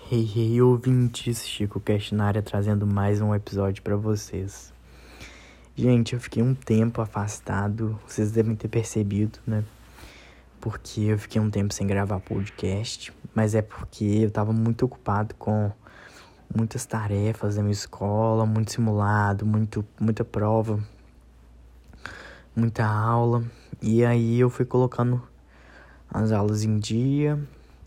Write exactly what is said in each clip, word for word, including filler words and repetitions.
Hey, hey, ouvintes, Chico Cast na área trazendo mais um episódio pra vocês. Gente, eu fiquei um tempo afastado, vocês devem ter percebido, né? Porque eu fiquei um tempo sem gravar podcast, mas é porque eu tava muito ocupado com muitas tarefas da minha escola, muito simulado, muito, muita prova, muita aula. E aí eu fui colocando as aulas em dia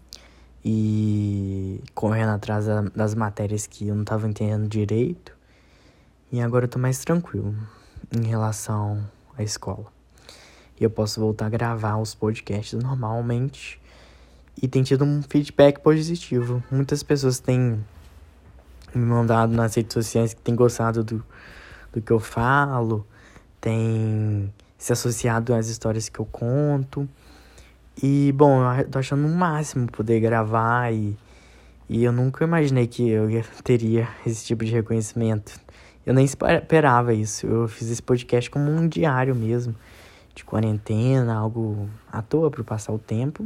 e correndo atrás das matérias que eu não tava entendendo direito. E agora eu tô mais tranquilo em relação à escola. E eu posso voltar a gravar os podcasts normalmente. E tem tido um feedback positivo. Muitas pessoas têm me mandado nas redes sociais que têm gostado do, do que eu falo, têm se associado às histórias que eu conto. E, bom, eu tô achando o máximo poder gravar e, e eu nunca imaginei que eu ia, teria esse tipo de reconhecimento. Eu nem esperava isso. Eu fiz esse podcast como um diário mesmo, de quarentena, algo à toa para passar o tempo.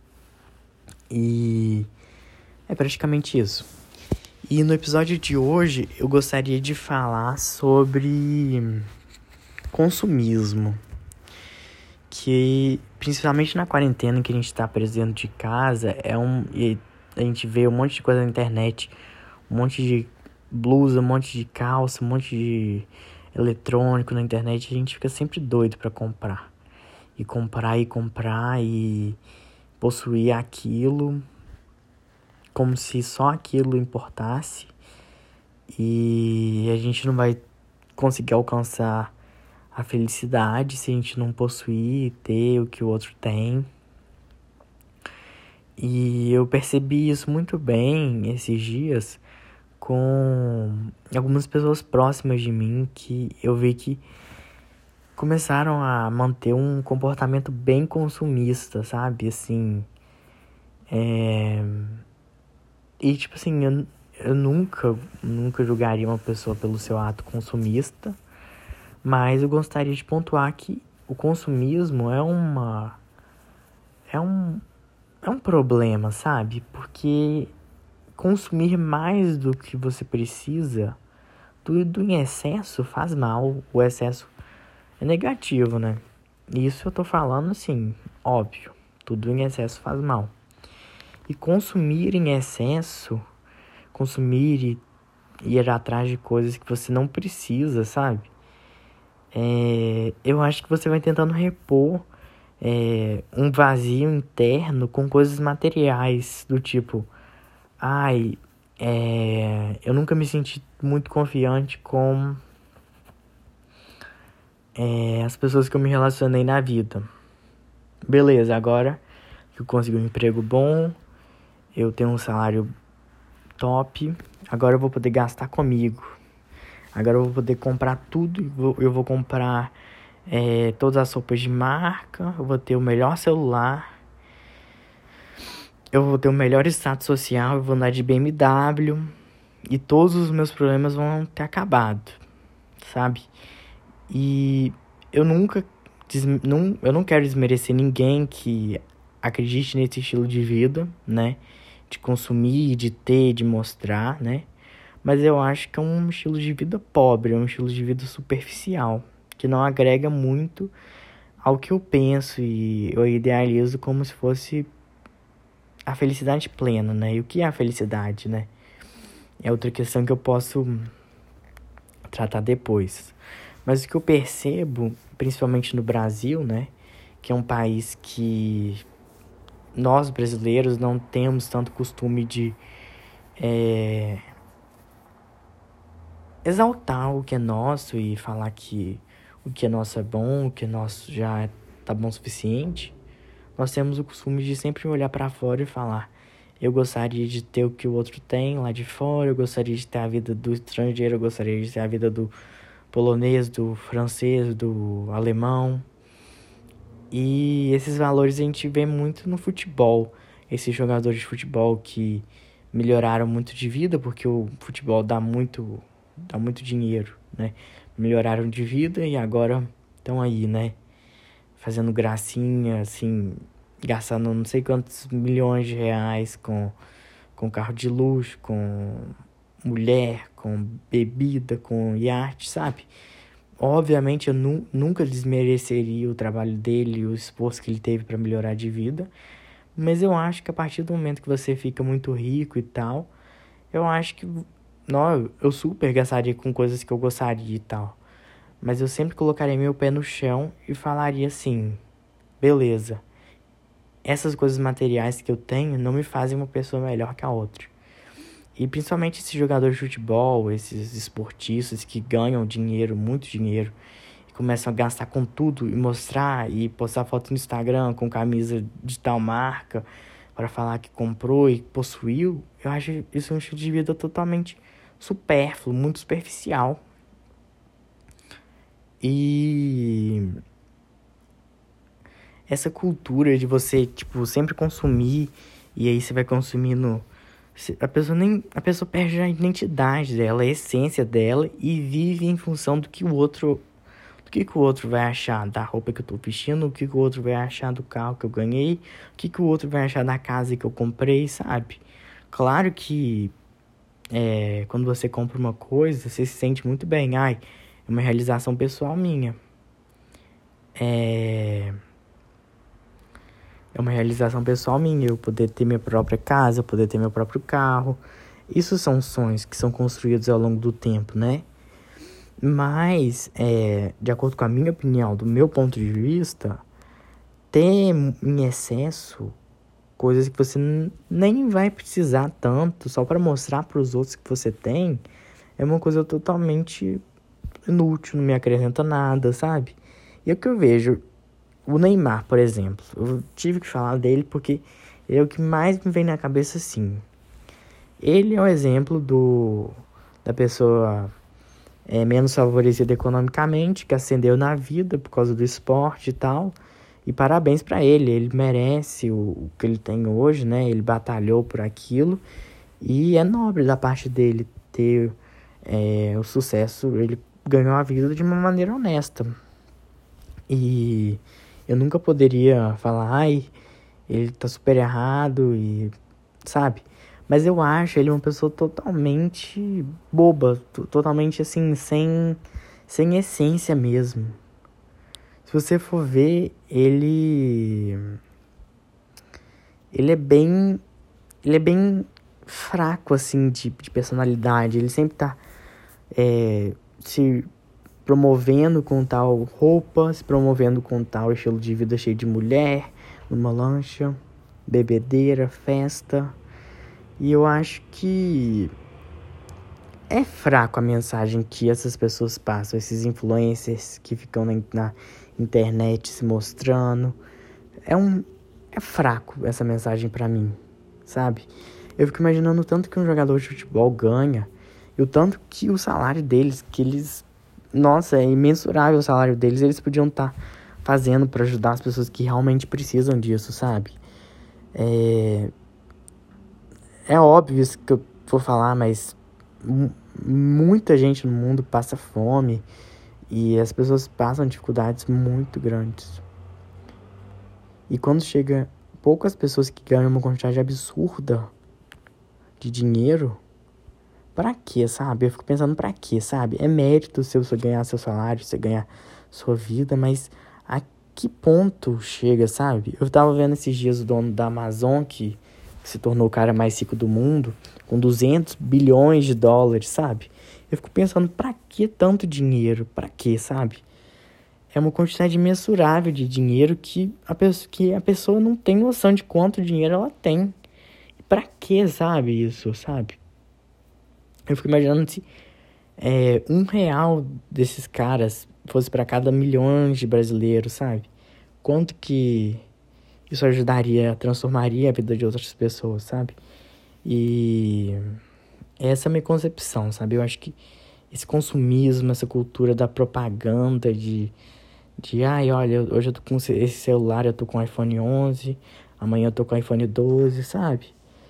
E é praticamente isso. E no episódio de hoje eu gostaria de falar sobre consumismo. Que, principalmente na quarentena que a gente tá preso dentro de casa, é um, e a gente vê um monte de coisa na internet, um monte de blusa, um monte de calça, um monte de eletrônico na internet, a gente fica sempre doido pra comprar. E comprar e comprar e possuir aquilo como se só aquilo importasse. E a gente não vai conseguir alcançar a felicidade se a gente não possuir e ter o que o outro tem. E eu percebi isso muito bem esses dias com algumas pessoas próximas de mim que eu vi que começaram a manter um comportamento bem consumista, sabe? Assim, é... E tipo assim, eu, eu nunca, nunca julgaria uma pessoa pelo seu ato consumista. Mas eu gostaria de pontuar que o consumismo é uma... É um, é um problema, sabe? Porque consumir mais do que você precisa, tudo em excesso faz mal. O excesso é negativo, né? Isso eu tô falando assim, óbvio. Tudo em excesso faz mal. E consumir em excesso, consumir e ir atrás de coisas que você não precisa, sabe? É, eu acho que você vai tentando repor é, um vazio interno com coisas materiais, do tipo, ai, é, eu nunca me senti muito confiante com é, as pessoas que eu me relacionei na vida. Beleza, agora que eu consegui um emprego bom, eu tenho um salário top, agora eu vou poder gastar comigo. Agora eu vou poder comprar tudo, eu vou comprar é, todas as roupas de marca, eu vou ter o melhor celular, eu vou ter o melhor status social, eu vou andar de B M W e todos os meus problemas vão ter acabado, sabe? E eu nunca, não, eu não quero desmerecer ninguém que acredite nesse estilo de vida, né? De consumir, de ter, de mostrar, né? Mas eu acho que é um estilo de vida pobre, é um estilo de vida superficial, que não agrega muito ao que eu penso e eu idealizo como se fosse a felicidade plena, né? E o que é a felicidade, né? É outra questão que eu posso tratar depois. Mas o que eu percebo, principalmente no Brasil, né? Que é um país que nós brasileiros não temos tanto costume de... É, exaltar o que é nosso e falar que o que é nosso é bom, o que é nosso já tá bom o suficiente. Nós temos o costume de sempre olhar para fora e falar: eu gostaria de ter o que o outro tem lá de fora, eu gostaria de ter a vida do estrangeiro, eu gostaria de ter a vida do polonês, do francês, do alemão. E esses valores a gente vê muito no futebol. Esses jogadores de futebol que melhoraram muito de vida, porque o futebol dá muito... dá muito dinheiro, né? Melhoraram de vida e agora estão aí, né? Fazendo gracinha, assim, gastando não sei quantos milhões de reais com, com carro de luxo, com mulher, com bebida, com iate, sabe? Obviamente eu nu- nunca desmereceria o trabalho dele e o esforço que ele teve para melhorar de vida, mas eu acho que a partir do momento que você fica muito rico e tal, eu acho que, não, eu super gastaria com coisas que eu gostaria e tal, mas eu sempre colocaria meu pé no chão e falaria assim, beleza, essas coisas materiais que eu tenho não me fazem uma pessoa melhor que a outra. E principalmente esses jogadores de futebol, esses esportistas que ganham dinheiro, muito dinheiro, e começam a gastar com tudo e mostrar e postar foto no Instagram com camisa de tal marca para falar que comprou e possuiu, eu acho isso um estilo de vida totalmente supérfluo, muito superficial. E essa cultura de você, tipo, sempre consumir e aí você vai consumindo, a pessoa nem, a pessoa perde a identidade dela, a essência dela e vive em função do que o outro, do que, que o outro vai achar da roupa que eu tô vestindo, o que, que o outro vai achar do carro que eu ganhei, o que, que o outro vai achar da casa que eu comprei, sabe? Claro que é, quando você compra uma coisa, você se sente muito bem, ai, é uma realização pessoal minha. É... É uma realização pessoal minha, eu poder ter minha própria casa, eu poder ter meu próprio carro. Isso são sonhos que são construídos ao longo do tempo, né? Mas, é, de acordo com a minha opinião, do meu ponto de vista, ter em excesso coisas que você n- nem vai precisar tanto, só para mostrar para os outros que você tem, é uma coisa totalmente inútil, não me acrescenta nada, sabe? E é o que eu vejo. O Neymar, por exemplo, eu tive que falar dele porque ele é o que mais me vem na cabeça, assim. Ele é o exemplo do da pessoa é, menos favorecida economicamente, que ascendeu na vida por causa do esporte e tal. E parabéns pra ele, ele merece o, o que ele tem hoje, né? Ele batalhou por aquilo e é nobre da parte dele ter é, o sucesso. Ele ganhou a vida de uma maneira honesta. E eu nunca poderia falar, ai, ele tá super errado e, sabe? Mas eu acho ele uma pessoa totalmente boba, to- totalmente assim, sem, sem essência mesmo. Se você for ver, ele. Ele é bem. Ele é bem fraco, assim, de, de personalidade. Ele sempre tá é, se promovendo com tal roupa, se promovendo com tal estilo de vida cheio de mulher, numa lancha, bebedeira, festa. E eu acho que é fraco a mensagem que essas pessoas passam, esses influencers que ficam na, na internet se mostrando. É um é fraco essa mensagem pra mim, sabe? Eu fico imaginando o tanto que um jogador de futebol ganha e o tanto que o salário deles, que eles, nossa, é imensurável o salário deles, eles podiam estar fazendo pra ajudar as pessoas que realmente precisam disso, sabe? É, é óbvio isso que eu vou falar, mas mu- muita gente no mundo passa fome e as pessoas passam dificuldades muito grandes. E quando chega poucas pessoas que ganham uma quantidade absurda de dinheiro, pra quê, sabe? Eu fico pensando pra quê, sabe? É mérito se você ganhar seu salário, você ganhar sua vida, mas a que ponto chega, sabe? Eu tava vendo esses dias o dono da Amazon, que se tornou o cara mais rico do mundo, com duzentos bilhões de dólares, sabe? Eu fico pensando, pra que tanto dinheiro? Pra quê, sabe? É uma quantidade imensurável de dinheiro que a pessoa, que a pessoa não tem noção de quanto dinheiro ela tem. Pra que, sabe, isso, sabe? Eu fico imaginando se é, um real desses caras fosse pra cada milhões de brasileiros, sabe? Quanto que isso ajudaria, transformaria a vida de outras pessoas, sabe? E essa é a minha concepção, sabe? Eu acho que esse consumismo, essa cultura da propaganda, de, de ai, olha, hoje eu tô com esse celular, eu tô com o iPhone onze, amanhã eu tô com o iPhone doze, sabe?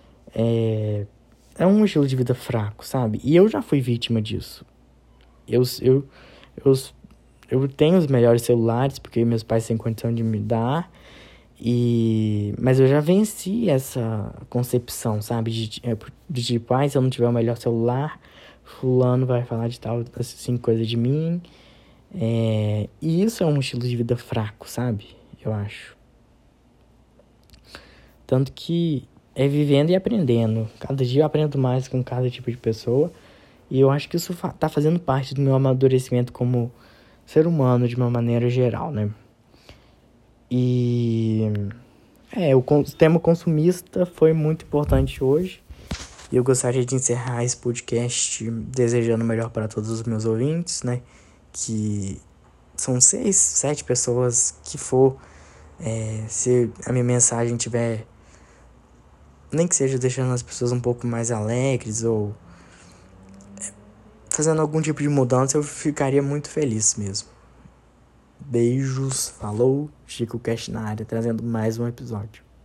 É, é um estilo de vida fraco, sabe? E eu já fui vítima disso. Eu, eu, eu, eu tenho os melhores celulares, porque meus pais têm condição de me dar. E... Mas eu já venci essa concepção, sabe? De, de tipo, ah, se eu não tiver o melhor celular, fulano vai falar de tal, assim, coisa de mim. É... E isso é um estilo de vida fraco, sabe? Eu acho. Tanto que é vivendo e aprendendo. Cada dia eu aprendo mais com cada tipo de pessoa. E eu acho que isso fa- tá fazendo parte do meu amadurecimento como ser humano de uma maneira geral, né? E... É, o, con- o tema consumista foi muito importante hoje. E eu gostaria de encerrar esse podcast desejando o melhor para todos os meus ouvintes, né? Que são seis, sete pessoas que for. É, se a minha mensagem tiver, nem que seja deixando as pessoas um pouco mais alegres ou fazendo algum tipo de mudança, eu ficaria muito feliz mesmo. Beijos, falou, Chico Cash na área, trazendo mais um episódio.